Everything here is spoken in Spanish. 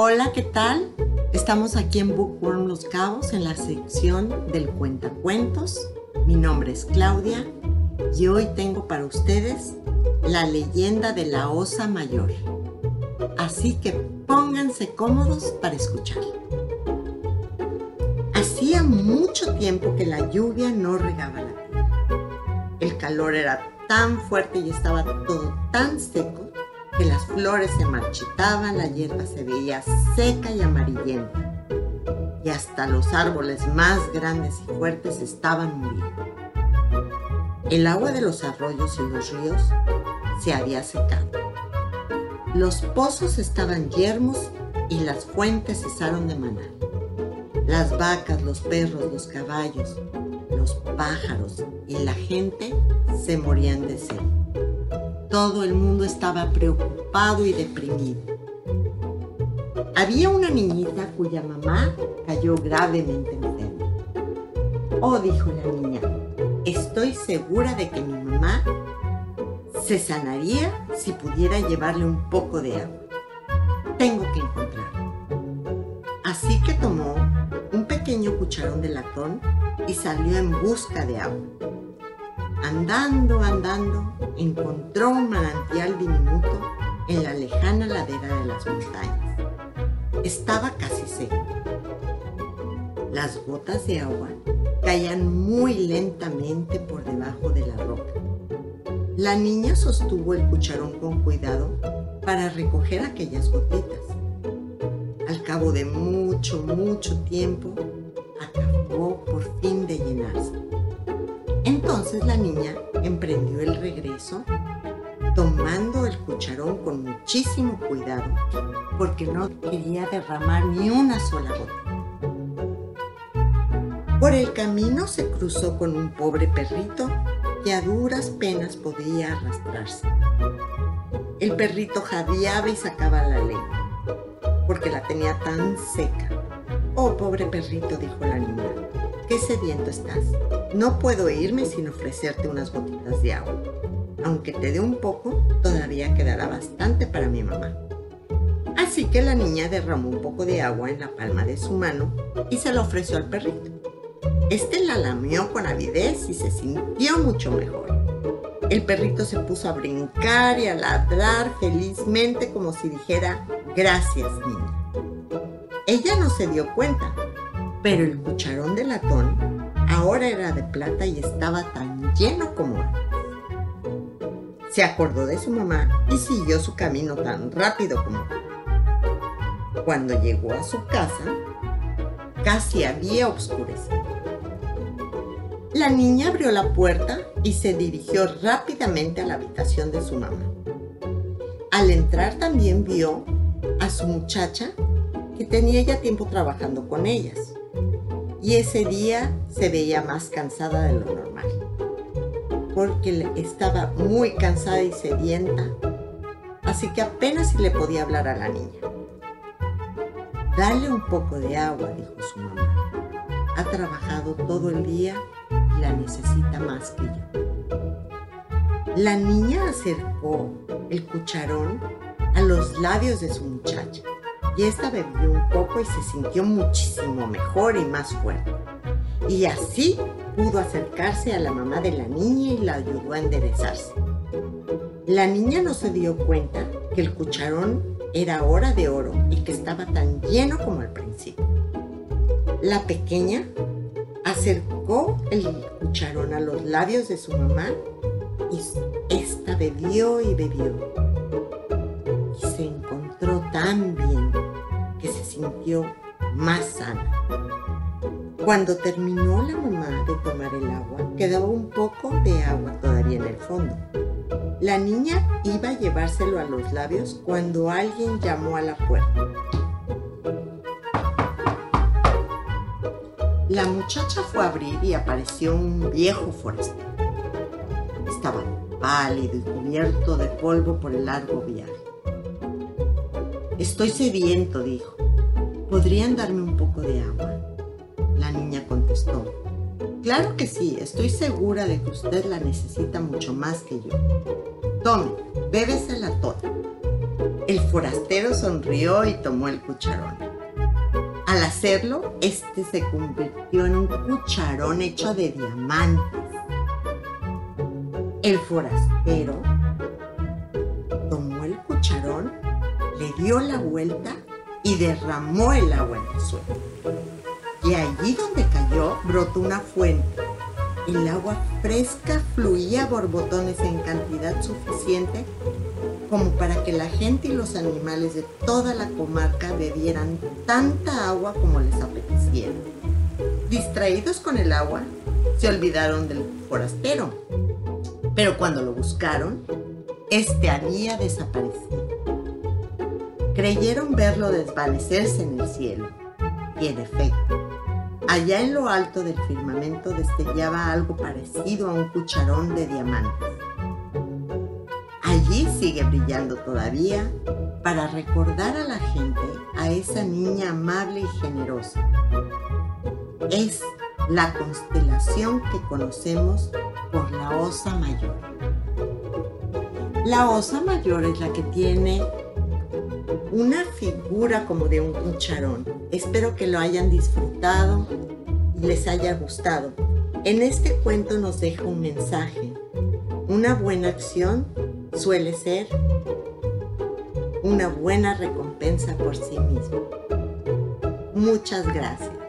Hola, ¿qué tal? Estamos aquí en Bookworm Los Cabos en la sección del cuentacuentos. Mi nombre es Claudia y hoy tengo para ustedes la leyenda de la Osa Mayor. Así que pónganse cómodos para escuchar. Hacía mucho tiempo que la lluvia no regaba la tierra. El calor era tan fuerte y estaba todo tan seco que las flores se marchitaban, la hierba se veía seca y amarillenta, y hasta los árboles más grandes y fuertes estaban muriendo. El agua de los arroyos y los ríos se había secado. Los pozos estaban yermos y las fuentes cesaron de manar. Las vacas, los perros, los caballos, los pájaros y la gente se morían de sed. Todo el mundo estaba preocupado y deprimido. Había una niñita cuya mamá cayó gravemente enferma. Oh, dijo la niña, estoy segura de que mi mamá se sanaría si pudiera llevarle un poco de agua. Tengo que encontrarla. Así que tomó un pequeño cucharón de latón y salió en busca de agua. Andando, encontró un manantial diminuto en la lejana ladera de las montañas. Estaba casi seco. Las gotas de agua caían muy lentamente por debajo de la roca. La niña sostuvo el cucharón con cuidado para recoger aquellas gotitas. Al cabo de mucho tiempo, acabó por fin de llenarse. Entonces la niña emprendió el regreso, tomando el cucharón con muchísimo cuidado, porque no quería derramar ni una sola gota. Por el camino se cruzó con un pobre perrito que a duras penas podía arrastrarse. El perrito jadeaba y sacaba la lengua, porque la tenía tan seca. Oh, pobre perrito, dijo la niña, qué sediento estás. No puedo irme sin ofrecerte unas gotitas de agua. Aunque te dé un poco, todavía quedará bastante para mi mamá. Así que la niña derramó un poco de agua en la palma de su mano y se la ofreció al perrito. Este la lamió con avidez y se sintió mucho mejor. El perrito se puso a brincar y a ladrar felizmente como si dijera, gracias, niña. Ella no se dio cuenta, pero el cucharón de latón ahora era de plata y estaba tan lleno como antes. Se acordó de su mamá y siguió su camino tan rápido como antes. Cuando llegó a su casa, casi había oscurecido. La niña abrió la puerta y se dirigió rápidamente a la habitación de su mamá. Al entrar también vio a su muchacha que tenía ya tiempo trabajando con ellas. Y ese día se veía más cansada de lo normal, porque estaba muy cansada y sedienta, así que apenas si le podía hablar a la niña. Dale un poco de agua, dijo su mamá. Ha trabajado todo el día y la necesita más que yo. La niña acercó el cucharón a los labios de su muchacha. Y esta bebió un poco y se sintió muchísimo mejor y más fuerte. Y así pudo acercarse a la mamá de la niña y la ayudó a enderezarse. La niña no se dio cuenta que el cucharón era ahora de oro y que estaba tan lleno como al principio. La pequeña acercó el cucharón a los labios de su mamá y esta bebió y bebió. Y se encontró tan bien que se sintió más sana. Cuando terminó la mamá de tomar el agua, quedaba un poco de agua todavía en el fondo. La niña iba a llevárselo a los labios cuando alguien llamó a la puerta. La muchacha fue a abrir y apareció un viejo forastero. Estaba pálido y cubierto de polvo por el largo viaje. Estoy sediento, dijo. ¿Podrían darme un poco de agua? La niña contestó. Claro que sí, estoy segura de que usted la necesita mucho más que yo. Tome, bébesela toda. El forastero sonrió y tomó el cucharón. Al hacerlo, este se convirtió en un cucharón hecho de diamantes. El forastero tomó el cucharón, le dio la vuelta y derramó el agua en el suelo. Y allí donde cayó brotó una fuente. El agua fresca fluía a borbotones en cantidad suficiente como para que la gente y los animales de toda la comarca bebieran tanta agua como les apeteciera. Distraídos con el agua, se olvidaron del forastero, pero cuando lo buscaron, este había desaparecido. Creyeron verlo desvanecerse en el cielo, y en efecto, allá en lo alto del firmamento destellaba algo parecido a un cucharón de diamantes. Allí sigue brillando todavía para recordar a la gente a esa niña amable y generosa. Es la constelación que conocemos por la Osa Mayor. La Osa Mayor es la que tiene una figura como de un cucharón. Espero que lo hayan disfrutado y les haya gustado. En este cuento nos deja un mensaje. Una buena acción suele ser una buena recompensa por sí mismo. Muchas gracias.